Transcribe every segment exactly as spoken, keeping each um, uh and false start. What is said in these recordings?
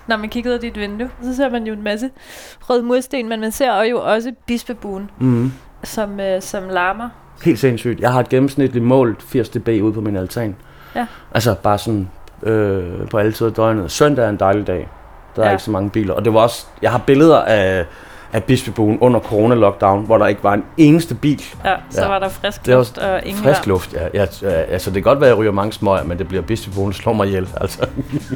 når man kigger ud af dit vindue. Så ser man jo en masse røde mursten, men man ser jo også Bispebuen, mm. som, øh, som larmer. Helt sindssygt. Jeg har et gennemsnitligt målt firs decibel ude på min altan. Ja. Altså bare sådan øh, på alle tider af døgnet. Søndag er en dejlig dag. Der er ja. ikke så mange biler. Og det var også, jeg har billeder af, af Bispebuen under corona-lockdown, hvor der ikke var en eneste bil. Ja, så ja. var der frisk luft og ingen frisk vand. luft, ja. ja. Altså det kan godt være, at jeg ryger mange smøger, men det bliver Bispebuen, der slår mig ihjel. Altså.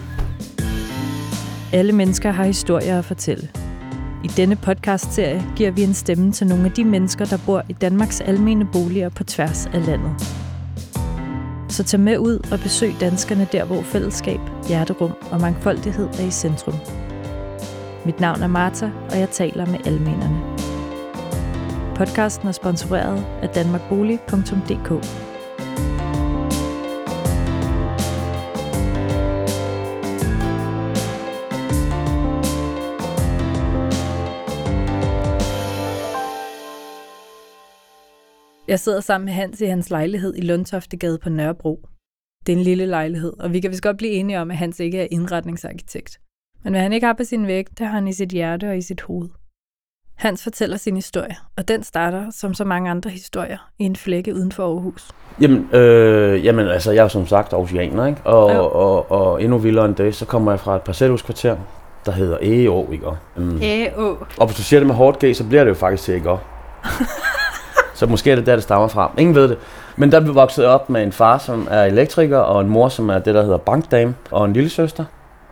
Alle mennesker har historier at fortælle. I denne podcast-serie giver vi en stemme til nogle af de mennesker, der bor i Danmarks almene boliger på tværs af landet. Så tag med ud og besøg danskerne der, hvor fællesskab, hjerterum og mangfoldighed er i centrum. Mit navn er Martha, og jeg taler med almenerne. Podcasten er sponsoreret af danmarkbolig punktum d k. Jeg sidder sammen med Hans i hans lejlighed i Lundtoftegade på Nørrebro. Det er en lille lejlighed, og vi kan vist godt blive enige om, at Hans ikke er indretningsarkitekt. Men hvad han ikke har på sin væg, det har han i sit hjerte og i sit hoved. Hans fortæller sin historie, og den starter, som så mange andre historier, i en flække uden for Aarhus. Jamen, øh, jamen altså, jeg er som sagt aarhusianer, ikke? Og, og, og, og endnu vildere end det, så kommer jeg fra et parcelhuskvarter, der hedder Ægeå, ikke? Mm. Ægeå. Og hvis du siger det med hårdt G, så bliver det jo faktisk til Ægeå. Så måske er det der, det stammer fra. Ingen ved det. Men der blev vokset op med en far, som er elektriker, og en mor, som er det, der hedder bankdame, og en lille søster.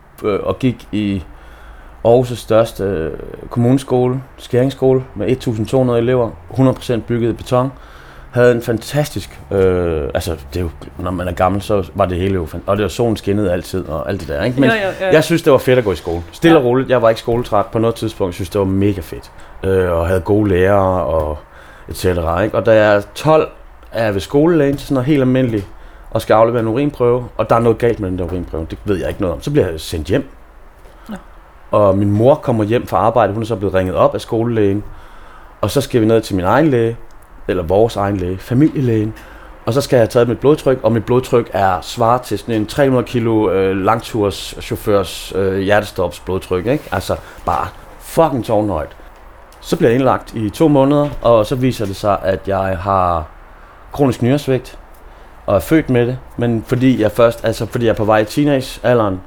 Og gik i Aarhus' største kommuneskole, skæringsskole, med et tusind to hundrede elever, hundrede procent bygget i beton. Havde en fantastisk, øh, altså det er jo, når man er gammel, så var det hele jo, og det var solen skinnede altid, og alt det der, ikke? Men jo, jo, jo. jeg synes, det var fedt at gå i skole. Stille ja. og roligt, jeg var ikke skoletræt på noget tidspunkt, jeg synes, det var mega fedt. Øh, og havde gode lærere, og et cetera, ikke? Og da jeg er tolv, er jeg ved skolelægen til sådan noget helt almindeligt, og skal aflevere en urinprøve, og der er noget galt med den der urinprøve, det ved jeg ikke noget om. Så bliver jeg sendt hjem. Ja. Og min mor kommer hjem fra arbejde, hun er så blevet ringet op af skolelægen, og så skal vi ned til min egen læge, eller vores egen læge, familielægen, og så skal jeg have taget mit blodtryk, og mit blodtryk er svaret til sådan en tre hundrede kilo øh, langturschaufførs øh, hjertestops blodtryk, ikke? Altså bare fucking tårnhøjt. Så bliver jeg indlagt i to måneder, og så viser det sig, at jeg har kronisk nyresvigt, og er født med det, men fordi jeg først, altså fordi jeg er på vej i teenagealderen,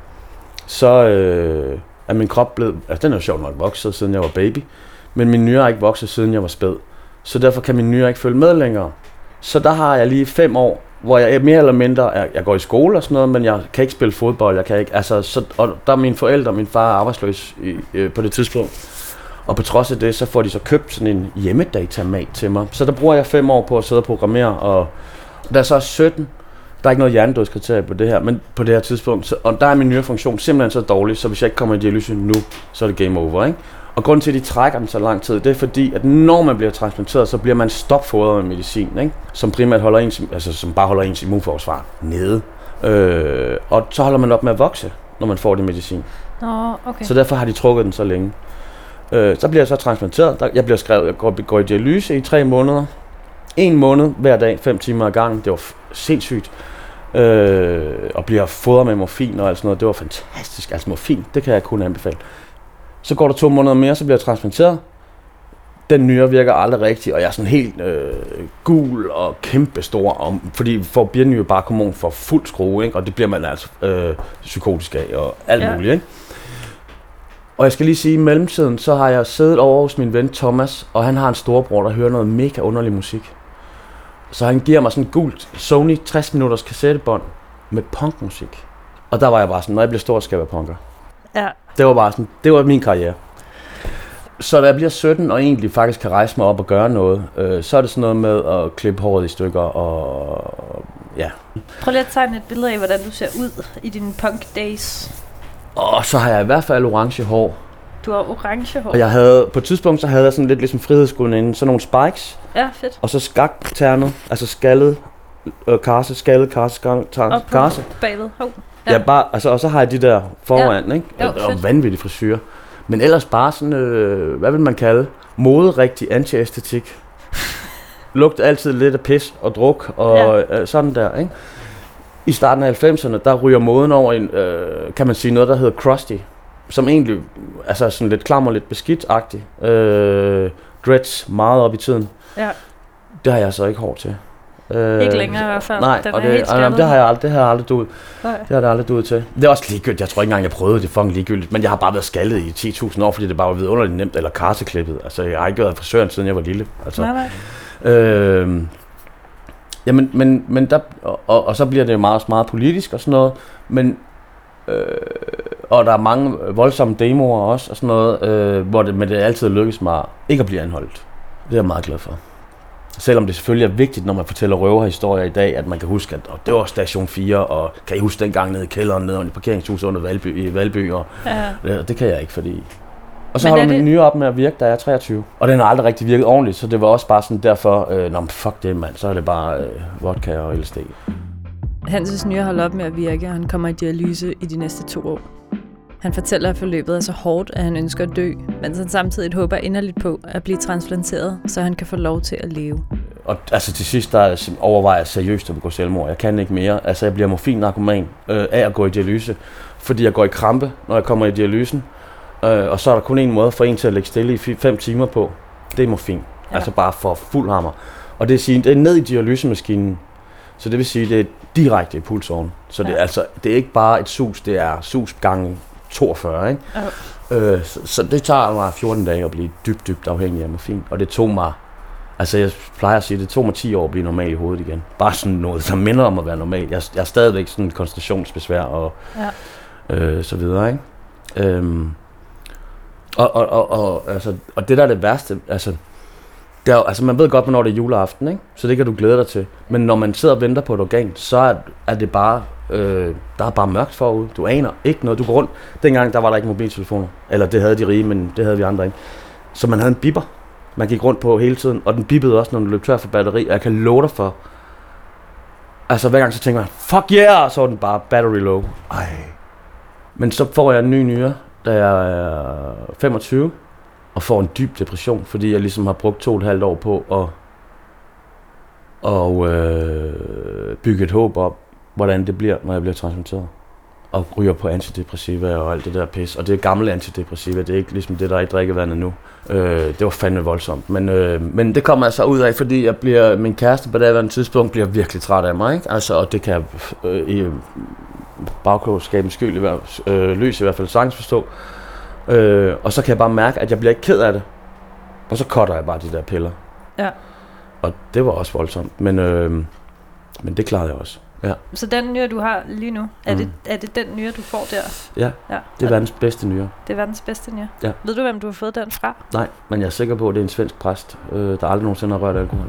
så øh, er min krop blevet, altså den er jo sjovt nok vokset, siden jeg var baby, men min nyre er ikke vokset, siden jeg var spæd. Så derfor kan min nyre ikke følge med længere. Så der har jeg lige fem år, hvor jeg mere eller mindre, er, jeg går i skole og sådan noget, men jeg kan ikke spille fodbold, jeg kan ikke, altså, så, og der er mine forældre, min far er arbejdsløs i, øh, på det tidspunkt. Og på trods af det, så får de så købt sådan en hjemmedatamat til mig. Så der bruger jeg fem år på at sidde og programmere, og da jeg så er sytten, der er ikke noget hjernedødskriterie på det her, men på det her tidspunkt, så, og der er min nyrefunktion simpelthen så dårlig, så hvis jeg ikke kommer i dialyse nu, så er det game over, ikke? Og grunden til, at de trækker den så lang tid, det er fordi, at når man bliver transplanteret, så bliver man stopfodret med medicin, ikke? Som primært holder ens, altså som bare holder ens immunforsvar nede. Øh, og så holder man op med at vokse, når man får det medicin. Oh, okay. Så derfor har de trukket den så længe. Øh, så bliver jeg så transplanteret. Jeg bliver skrevet, jeg går, går i dialyse i tre måneder. En måned hver dag, fem timer ad gangen. Det var f- sindssygt. Øh, og bliver fodret med morfin og alt sådan noget. Det var fantastisk. Altså morfin, det kan jeg kun anbefale. Så går der to måneder mere, så bliver jeg transplanteret. Den nyre virker aldrig rigtigt, og jeg er sådan helt øh, gul og kæmpestor, og, fordi vi får bjernyrebarkhormon for fuld skrue, ikke? Og det bliver man altså øh, psykotisk af og alt ja. muligt, ikke? Og jeg skal lige sige, at i mellemtiden, så har jeg siddet over hos min ven Thomas, og han har en storebror, der hører noget mega underlig musik. Så han giver mig sådan en gult Sony tres minutters kassettebånd med punkmusik. Og der var jeg bare sådan, når jeg bliver stor, skal jeg være punker. Ja. Det var bare sådan, det var min karriere. Så da jeg bliver sytten og egentlig faktisk kan rejse mig op og gøre noget, øh, så er det sådan noget med at klippe håret i stykker og ja. Prøv lige at tegne et billede af, hvordan du ser ud i dine punk days. Og så har jeg i hvert fald orange hår. Du har orange hår. Og jeg havde, på et tidspunkt så havde jeg sådan lidt ligesom frihedsgudinde, sådan nogle spikes. Ja, fedt. Og så skakternet, altså skaldet øh, karse, skaldet karse, skaldet karse. Bagved, hov. Ja. Ja, bare, altså, og så har jeg de der foran, ja. Ikke? Jo, og, og vanvittig frisyr. Men ellers bare sådan, øh, hvad vil man kalde, moderigtig anti-æstetik. Lugte altid lidt af pis og druk og ja. øh, sådan der, ikke? I starten af halvfemserne, der ryger moden over en, øh, kan man sige, noget, der hedder crusty. som egentlig, altså sådan lidt klammer, lidt beskidt-agtig. Øh, dreads, meget op i tiden. Ja. Det har jeg så ikke hår til. Øh, ikke længere i hvert fald. Nej, den og er det, helt og det har jeg aldrig, det har jeg aldrig duet. Nej. Det har det aldrig duet til. Det er også ligegyldigt. Jeg tror ikke engang, jeg prøvede det fucking ligegyldigt. Men jeg har bare været skaldet i ti tusind år, fordi det bare var vidunderligt nemt, eller karseklippet. Altså, jeg har ikke været frisøren, siden jeg var lille. Altså, nej, nej. Øh, jamen, men, men der, og, og så bliver det jo meget, meget politisk og sådan noget. Men, øh, og der er mange voldsomme demoer også, og sådan noget, øh, hvor det, men det altid lykkes mig ikke at blive anholdt. Det er jeg meget glad for. Selvom det selvfølgelig er vigtigt, når man fortæller røverhistorier i dag, at man kan huske, at det var station fire, og kan I huske dengang nede i kælderen, nede i parkeringshuset under Valby, i Valby, og ja. det, det kan jeg ikke, fordi... Og så holder min det... nye op med at virke, da jeg er treogtyve. Og den har aldrig rigtig virket ordentligt, så det var også bare sådan derfor, øh, nå, fuck det, mand, så er det bare øh, vodka og L S D. Hanses nyre holder op med at virke, og han kommer i dialyse i de næste to år. Han fortæller, at forløbet er så hårdt, at han ønsker at dø, men han samtidig håber inderligt på at blive transplanteret, så han kan få lov til at leve. Og altså til sidst, der overvejer jeg seriøst at begå selvmord. Jeg kan ikke mere. Altså jeg bliver morfin-narkoman øh, af at gå i dialyse, fordi jeg går i krampe, når jeg kommer i dialysen. Øh, og så er der kun en måde for en til at lægge stille i fem timer på. Det er morfin. Ja. Altså bare for fuld hammer. Og det, sige, det er ned i dialysemaskinen. Så det vil sige, det er direkte i pulsåren. Så det, ja. altså, det er ikke bare et sus, det er sus gange toogfyrre, ikke? Ja. Øh, så, så det tager mig fjorten dage at blive dybt, dybt afhængig af morfin. Og det tog mig, altså jeg plejer at sige, det tog mig ti år at blive normal i hovedet igen. Bare sådan noget, der minder om at være normal. Jeg, jeg er stadigvæk sådan en koncentrationsbesvær og ja. øh, så videre, ikke? Øhm, og, og, og, og, altså, og det der er det værste, altså, det er, altså man ved godt, hvornår det er juleaften, ikke? Så det kan du glæde dig til. Men når man sidder og venter på et organ, så er, er det bare, øh, der er bare mørkt forude. Du aner ikke noget. Du går rundt. Dengang der var der ikke mobiltelefoner. Eller det havde de rige, men det havde vi andre ikke. Så man havde en bipper, man gik rundt på hele tiden. Og den bippede også, når du løb tør for batteri. Og jeg kan love dig for, altså hver gang så tænker man, fuck yeah! Og så var den bare battery low. Ej. Men så får jeg en ny nyre, da jeg er femogtyve. Og får en dyb depression, fordi jeg ligesom har brugt to og et halvt år på at og, øh, bygge et håb op, hvordan det bliver, når jeg bliver transplanteret. Og ryger på antidepressiva og alt det der pis. Og det er gamle antidepressiva, det er ikke ligesom det, der er i drikkevandet nu. Øh, det var fandme voldsomt. Men, øh, men det kommer altså ud af, fordi jeg bliver, min kæreste på det tidspunkt bliver virkelig træt af mig. Ikke? Altså, og det kan jeg øh, i bagklogskabens skyld i hvert, øh, løs i hvert fald sagtens forstå. Øh, og så kan jeg bare mærke, at jeg bliver ikke ked af det. Og så cutter jeg bare de der piller. Ja. Og det var også voldsomt, men, øh, men det klarede jeg også. Ja. Så den nyre, du har lige nu, er, mm. det, er det den nyre, du får der? Ja, ja. Det er verdens bedste nyre. Det er verdens bedste nyre? Ja. Ved du, hvem du har fået den fra? Nej, men jeg er sikker på, at det er en svensk præst, øh, der aldrig nogensinde har rørt alkohol.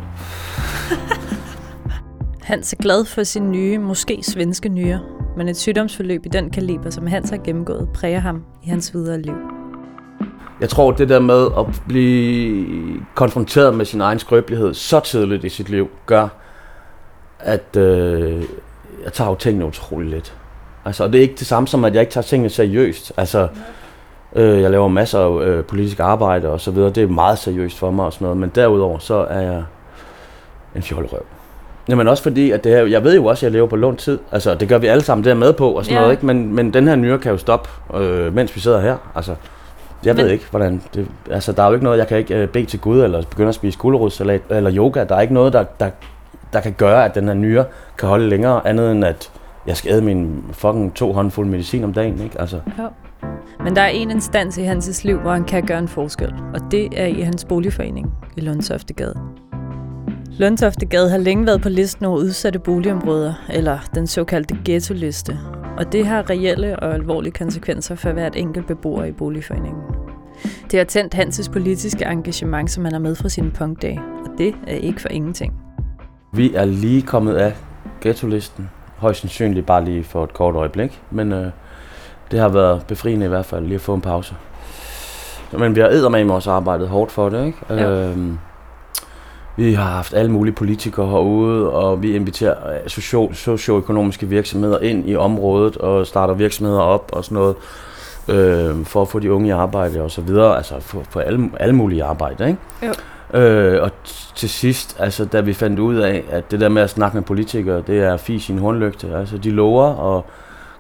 Hans er glad for sin nye, måske svenske nyre, men et sygdomsforløb i den kaliber, som Hans har gennemgået, præger ham i hans videre liv. Jeg tror, det der med at blive konfronteret med sin egen skrøbelighed så tidligt i sit liv, gør, at øh, jeg tager jo tingene utroligt lidt. Altså, og det er ikke det samme som, at jeg ikke tager tingene seriøst. Altså, øh, jeg laver masser af øh, politisk arbejde og så videre. Det er meget seriøst for mig og sådan noget. Men derudover, så er jeg en fjollerøv. Jamen også fordi, at det her, jeg ved jo også, at jeg lever på lånt tid. Altså, det gør vi alle sammen, det er med på og sådan yeah. noget, ikke? Men, men den her nyre kan jo stoppe, øh, mens vi sidder her. Altså, jeg men... ved ikke, hvordan det... Altså, der er jo ikke noget, jeg kan ikke øh, bede til Gud, eller begynde at spise gulerodssalat, eller yoga. Der er ikke noget, der, der, der kan gøre, at den her nyre kan holde længere, andet end at jeg skal æde min fucking to håndfuld medicin om dagen, ikke? Altså. Ja. Men der er en instans i hans liv, hvor han kan gøre en forskel, og det er i hans boligforening i Lundtoftegade. Lundtoftegade har længe været på listen over udsatte boligområder, eller den såkaldte ghetto-liste, og det har reelle og alvorlige konsekvenser for hvert enkelt beboer i boligforeningen. Det har tændt Hanses politiske engagement, som han har med fra sine punkdage, og det er ikke for ingenting. Vi er lige kommet af ghetto-listen, højst sandsynligt bare lige for et kort øjeblik, men øh, det har været befriende i hvert fald lige at få en pause. Men vi har eddermame også arbejdet hårdt for det, ikke? Ja. Øhm, Vi har haft alle mulige politikere herude, og vi inviterer socio- socioøkonomiske virksomheder ind i området og starter virksomheder op og sådan noget, øh, for at få de unge i arbejde og så videre, altså for, for alle, alle mulige arbejde, ikke? Jo. Øh, og t- til sidst, altså da vi fandt ud af, at det der med at snakke med politikere, det er fis i en hornlygte, altså de lover og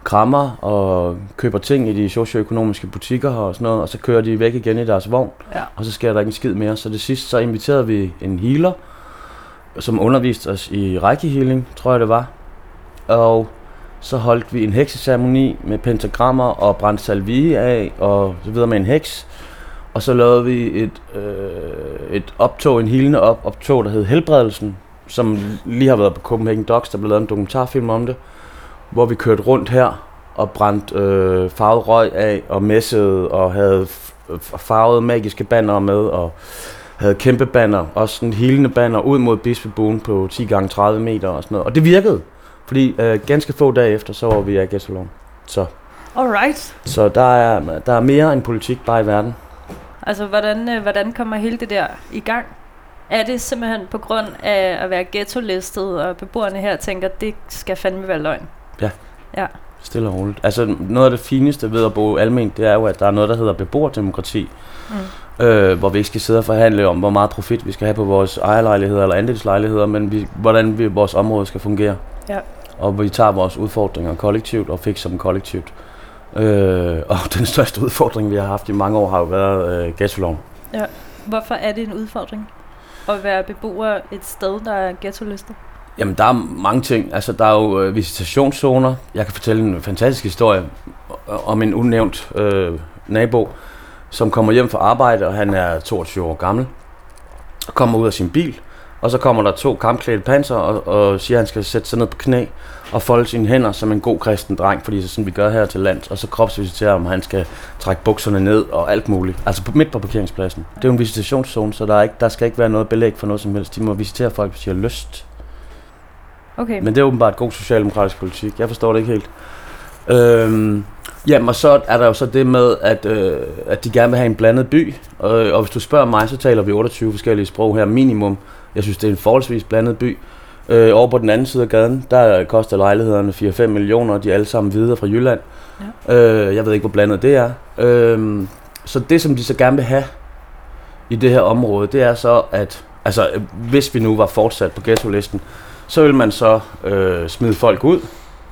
krammer og køber ting i de socioøkonomiske butikker og sådan noget, og så kører de væk igen i deres vogn, ja. og så sker der ikke en skid mere. Så det sidste, så inviterede vi en healer, som underviste os i reiki-healing, tror jeg det var. Og så holdt vi en hekseceremoni med pentagrammer og brændte salvie af, og så videre med en heks. Og så lavede vi et, øh, et optog, en healende op, optog, der hed Helbredelsen, som lige har været på Copenhagen Docs, der blev lavet en dokumentarfilm om det, hvor vi kørte rundt her og brændte øh, farvet røg af og messede og havde farvede magiske banner med og havde kæmpe banner, også sådan healende banner ud mod Bispebuen på ti gange tredive meter og sådan noget. Og det virkede, fordi øh, ganske få dage efter, så var vi af ghettoloven. Så, alright. så der, er, der er mere end politik bare i verden. Altså, hvordan, øh, hvordan kommer hele det der i gang? Er det simpelthen på grund af at være ghetto-listet, og beboerne her tænker, at det skal fandme være løgn? Ja. Ja. Stille og roligt. Altså, noget af det fineste ved at bo alment, det er jo, at der er noget, der hedder beboerdemokrati. Mm. Øh, hvor vi ikke skal sidde og forhandle om, hvor meget profit vi skal have på vores ejerlejligheder eller andelslejligheder, men vi, hvordan vi, vores område skal fungere. Ja. Og vi tager vores udfordringer kollektivt og fikser dem kollektivt. Øh, og den største udfordring, vi har haft i mange år, har jo været øh, ghettoloven. Ja. Hvorfor er det en udfordring at være beboer et sted, der er ghetto-listet? Jamen, der er mange ting. Altså, der er jo øh, visitationszoner. Jeg kan fortælle en fantastisk historie om en unævnt øh, nabo, som kommer hjem fra arbejde, og han er toogtyve år gammel, og kommer ud af sin bil, og så kommer der to kampklædte panser og, og siger, at han skal sætte sig ned på knæ og folde sine hænder som en god kristen dreng, fordi det er sådan, vi gør her til lands, og så kropsvisiterer, om han skal trække bukserne ned og alt muligt. Altså på, midt på parkeringspladsen. Det er jo en visitationszone, så der, er ikke, der skal ikke være noget belæg for noget som helst. De må visitere folk, hvis de har lyst. Okay. Men det er åbenbart god socialdemokratisk politik. Jeg forstår det ikke helt. Øhm, jamen, og så er der jo så det med, at, øh, at de gerne vil have en blandet by. Og, og hvis du spørger mig, så taler vi otteogtyve forskellige sprog her minimum. Jeg synes, det er en forholdsvis blandet by. Øh, over på den anden side af gaden, der koster lejlighederne fire til fem millioner, og de er alle sammen videre fra Jylland. Ja. Øh, jeg ved ikke, hvor blandet det er. Øh, så det, som de så gerne vil have i det her område, det er så, at altså, hvis vi nu var fortsat på ghetto-listen, så vil man så øh, smide folk ud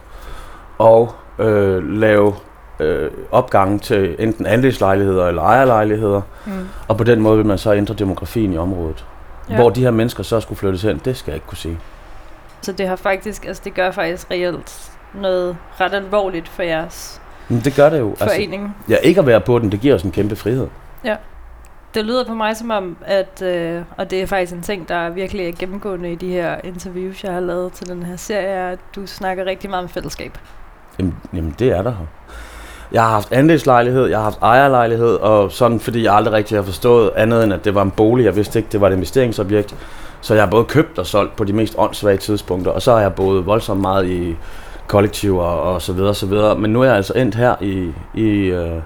og øh, lave øh, opgange til enten andelslejligheder eller ejerlejligheder. Mm. Og på den måde vil man så ændre demografien i området. Ja. Hvor de her mennesker så skulle flyttes hen, det skal jeg ikke kunne sige. Så det har faktisk, altså det gør faktisk reelt noget ret alvorligt for jeres Men det gør det jo. forening. Altså, ja, ikke at være på den, det giver os en kæmpe frihed. Ja. Det lyder på mig som om, at, øh, og det er faktisk en ting, der virkelig er gennemgående i de her interviews, jeg har lavet til den her serie, at du snakker rigtig meget om fællesskab. Jamen, jamen det er der her. Jeg har haft andelslejlighed, jeg har haft ejerlejlighed, og sådan, fordi jeg aldrig rigtig har forstået andet end, at det var en bolig. Jeg vidste ikke, det var et investeringsobjekt. Så jeg har både købt og solgt på de mest åndssvage tidspunkter, og så har jeg boet voldsomt meget i kollektiver og så videre, så videre. Men nu er jeg altså endt her i, i, øh,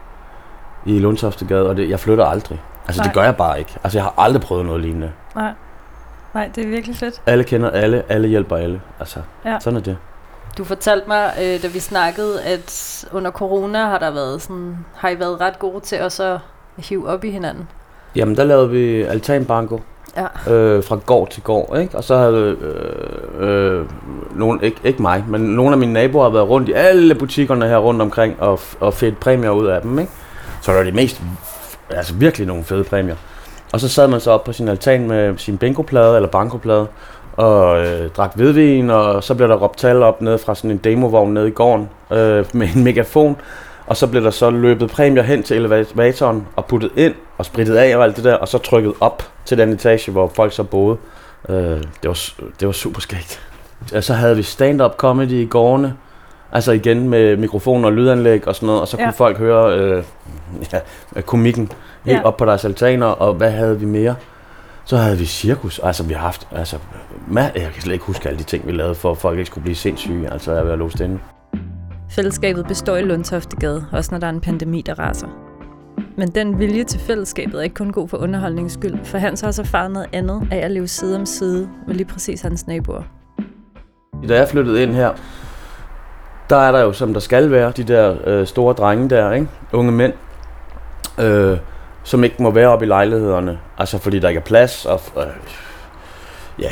i Lundtoftegade, og det, jeg flytter aldrig. Altså, Nej. Det gør jeg bare ikke. Altså, jeg har aldrig prøvet noget lignende. Nej, Nej det er virkelig fedt. Alle kender alle, alle hjælper alle. Altså, ja. Sådan er det. Du fortalte mig, øh, da vi snakkede, at under corona har der været sådan, har I været ret gode til også at hive op i hinanden? Jamen, der lavede vi altanbanko. Ja. Øh, fra gård til gård, ikke? Og så havde øh, øh, nogen, ikke, ikke mig, men nogle af mine naboer har været rundt i alle butikkerne her rundt omkring og, og fedt præmier ud af dem, ikke? Så det var de mest, altså virkelig nogle fede præmier. Og så sad man så op på sin altan med sin bingoplade eller bankoplade og øh, drak hvidvin, og så blev der råbt tal op ned fra sådan en demovogn nede i gården øh, med en megafon. Og så blev der så løbet præmier hen til elevatoren og puttet ind og sprittet af og alt det der, og så trykket op til den etage, hvor folk så boede. Øh, det, var, det var super skægt. Og så havde vi stand-up comedy i gårdene, altså igen med mikrofoner og lydanlæg og sådan noget, og så kunne ja. folk høre øh, ja, komikken helt ja. op på deres altaner, og hvad havde vi mere? Så havde vi cirkus, altså vi har haft, altså, jeg kan slet ikke huske alle de ting, vi lavede, for at folk ikke skulle blive sindssyge, altså jeg var låst inde. Fællesskabet består i Lundtoftegade, også når der er en pandemi, der raser. Men den vilje til fællesskabet er ikke kun god for underholdningens skyld, for Hans har også erfaret noget andet af at leve side om side med lige præcis hans naboer. Da jeg flyttede ind her, der er der jo, som der skal være, de der øh, store drenge der, ikke? Unge mænd, øh, som ikke må være oppe i lejlighederne, altså fordi der ikke er plads, og øh, ja,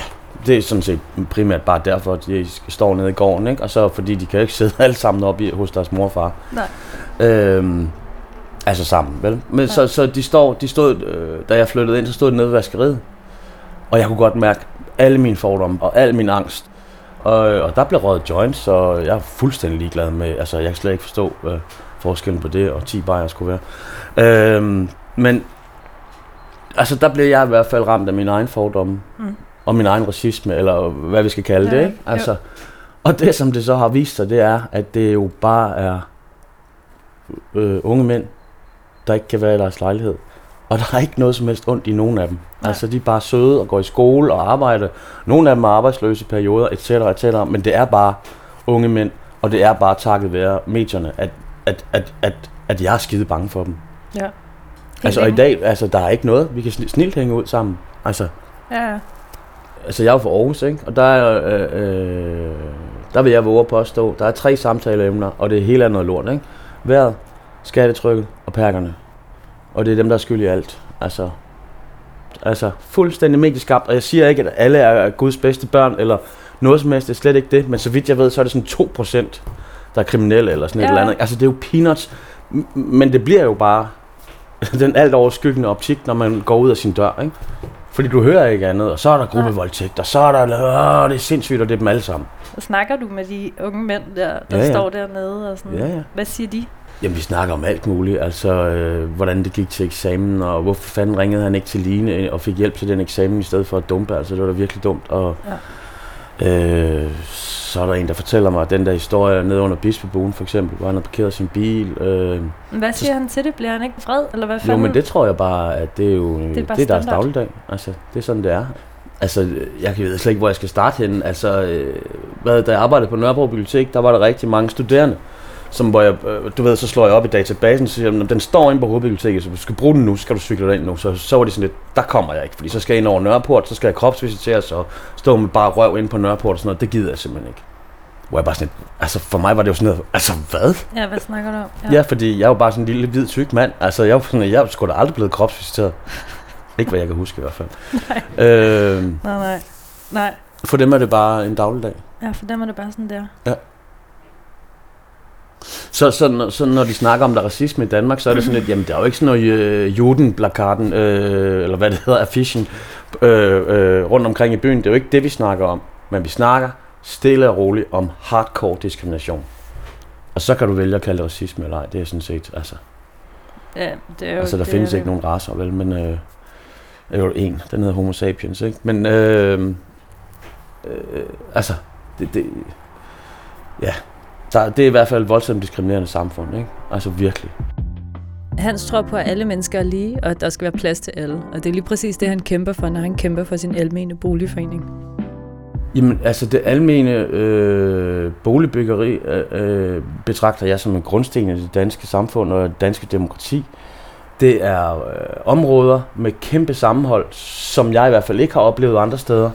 det er sådan set primært bare derfor, at de står nede i gården, ikke? Og så fordi de kan jo ikke sidde alle sammen op i, hos deres mor og far. Nej. Øhm, altså sammen, vel? Men så, så de, står, de stod, øh, da jeg flyttede ind, så stod de nede ved vaskeriet. Og jeg kunne godt mærke alle mine fordomme og al min angst. Og, og der blev røget joints, så jeg er fuldstændig ligeglad med, altså jeg kan slet ikke forstå øh, forskellen på det, og ti bajer skulle være. Øhm, men altså der blev jeg i hvert fald ramt af min egen fordomme. Mm. Og min egen racisme, eller hvad vi skal kalde ja, det, ikke? Altså, og det, som det så har vist sig, det er, at det jo bare er øh, unge mænd, der ikke kan være i deres lejlighed. Og der er ikke noget som helst ondt i nogen af dem. Nej. Altså, de er bare søde og går i skole og arbejder. Nogle af dem er arbejdsløse i perioder, et cetera, et cetera. Men det er bare unge mænd, og det er bare takket være medierne, at, at, at, at, at jeg er skide bange for dem. Ja. Altså, og i dag, altså, der er ikke noget. Vi kan snilt hænge ud sammen. Altså, ja, ja. Altså, jeg er fra Aarhus, ikke? Og der er, øh, øh, der vil jeg våge at påstå, der er tre samtaleemner, og det er helt andet lort, ikke? Vejret, skattetrykket og perkerne. Og det er dem, der er skyld i alt. Altså, altså fuldstændig medieskabt. Og jeg siger ikke, at alle er Guds bedste børn, eller noget som helst, det er slet ikke det. Men så vidt jeg ved, så er det sådan to procent, der er kriminelle, eller sådan ja. Et eller andet. Altså, det er jo peanuts. Men det bliver jo bare den alt overskyggende optik, når man går ud af sin dør, ikke? Fordi du hører ikke andet, og så er der gruppevoldtægt, og så er der, åh, det er sindssygt, og det er dem alle sammen. Så snakker du med de unge mænd, der, der ja, ja. står dernede, og sådan. Ja, ja. Hvad siger de? Jamen, vi snakker om alt muligt, altså, øh, hvordan det gik til eksamen, og hvorfor fanden ringede han ikke til Line, og fik hjælp til den eksamen, i stedet for at dumpe, altså, det var da virkelig dumt, og ja. øh, så er der en, der fortæller mig, at den der historie nede under Bispebuen, for eksempel, hvor han havde parkeret sin bil. Øh, hvad siger så, han til det? Bliver han ikke vred, eller hvad fanden? Jo, men det tror jeg bare, at det er jo, det er, det er deres dagligdag, altså, det er sådan, det er. Altså, jeg ved slet ikke, hvor jeg skal starte henne. Altså, øh, hvad, da jeg arbejdede på Nørrebro Bibliotek, der var der rigtig mange studerende, som hvor jeg, øh, du ved, så slår jeg op i databasen, så siger jeg, den står inde på hovedbiblioteket, så hvis du skal bruge den nu, så skal du cykle den nu. Så, så var det sådan lidt, der kommer jeg ikke, fordi så skal jeg ind over Nørreport, så skal jeg kropsvisiteres og stå med bare røv inde på Nørreport og sådan noget. Det gider jeg simpelthen ikke. Hvor jeg bare sådan lidt, altså for mig var det jo sådan noget, altså hvad? Ja, hvad snakker du om? Ja, ja fordi jeg var bare sådan en lille hvid tyk mand. Altså jeg var sådan, jeg skulle da aldrig blevet kropsvisiteret. Ikke hvad jeg kan huske i hvert fald. Nej. Øh, nej, nej, nej. For dem er det bare en dagligdag. Ja, for dem er det bare sådan der. Ja. Så, så, så når de snakker om der racisme i Danmark, så er det sådan lidt, jamen der er jo ikke sådan noget øh, Judenplakaten, øh, eller hvad det hedder, affischen, øh, øh, rundt omkring i byen. Det er jo ikke det, vi snakker om. Men vi snakker stille og roligt om hardcore diskrimination. Og så kan du vælge at kalde det racisme eller ej. Det er sådan set, altså... Ja, det er jo... Altså der det findes er ikke nogen racer, vel, men... Øh, det er jo en, den hedder Homo sapiens, ikke? Men, øh, øh, altså... Det, det, ja... Der, det er i hvert fald et voldsomt diskriminerende samfund, ikke? Altså virkelig. Hans tror på, at alle mennesker er lige, og at der skal være plads til alle. Og det er lige præcis det, han kæmper for, når han kæmper for sin almene boligforening. Jamen, altså det almene øh, boligbyggeri øh, betragter jeg som en grundsten i det danske samfund og det danske demokrati. Det er øh, områder med kæmpe sammenhold, som jeg i hvert fald ikke har oplevet andre steder.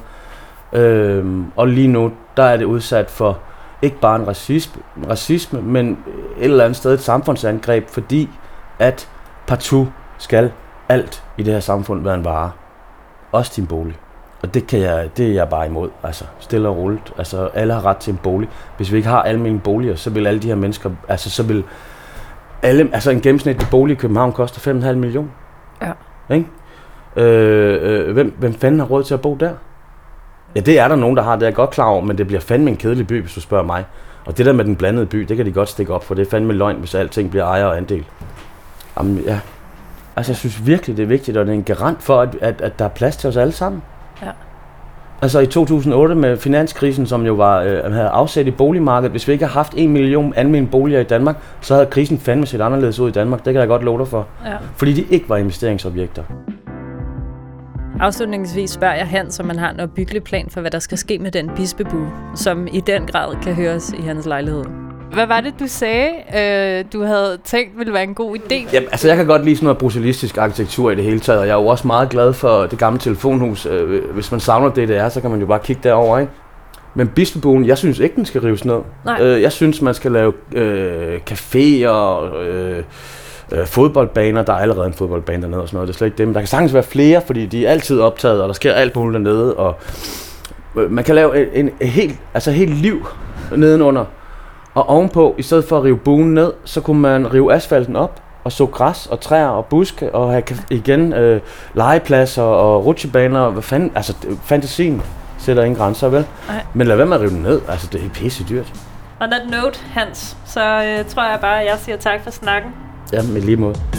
Øh, og lige nu, der er det udsat for ikke bare en racisme, racisme, men et eller andet sted et samfundsangreb, fordi at partout skal alt i det her samfund være en vare. Også din bolig. Og det, kan jeg, det er jeg bare imod, altså stille og roligt. Altså alle har ret til en bolig. Hvis vi ikke har almene boliger, så vil alle de her mennesker, altså så vil alle, altså en gennemsnitlig bolig i København koster fem komma fem millioner. Ja. Ikke? Øh, øh, hvem, hvem fanden har råd til at bo der? Ja, det er der nogen, der har, det er jeg godt klar over, men det bliver fandme en kedelig by, hvis du spørger mig. Og det der med den blandede by, det kan de godt stikke op, for det er fandme løgn, hvis alting bliver ejer og andel. Jamen ja, altså jeg synes virkelig, det er vigtigt, og det er en garant for, at, at, at der er plads til os alle sammen. Ja. Altså i to tusind og otte med finanskrisen, som jo var, øh, havde afsat i boligmarkedet, hvis vi ikke har haft en million almene boliger i Danmark, så havde krisen fandme set anderledes ud i Danmark, det kan jeg godt love dig for. Ja. Fordi de ikke var investeringsobjekter. Afslutningsvis spørger jeg Hans, om man har en opbyggelig plan for, hvad der skal ske med den bispebue, som i den grad kan høres i hans lejlighed. Hvad var det, du sagde, øh, du havde tænkt ville være en god idé? Jamen, altså jeg kan godt lide sådan noget brutalistisk arkitektur i det hele taget, og jeg er jo også meget glad for det gamle telefonhus. Øh, hvis man savner det, det er, så kan man jo bare kigge derover, ikke? Men bispebuen, jeg synes ikke, den skal rives ned. Øh, jeg synes, man skal lave øh, caféer, øh, øh, fodboldbaner. Der er allerede en fodboldbane dernede og sådan noget, det er slet ikke det. Men der kan sagtens være flere, fordi de er altid optaget, og der sker alt muligt dernede. Og man kan lave en, en helt, altså helt liv nedenunder. Og ovenpå, i stedet for at rive buen ned, så kunne man rive asfalten op og så græs og træer og buske og have igen øh, legepladser og rutsjebaner. Hvad fanden, altså fantasien sætter ingen grænser, vel? Ej. Men lad være med at rive den ned, altså det er pisse dyrt. On that note, Hans, så øh, tror jeg bare, at jeg siger tak for snakken. Ja, med lige måde.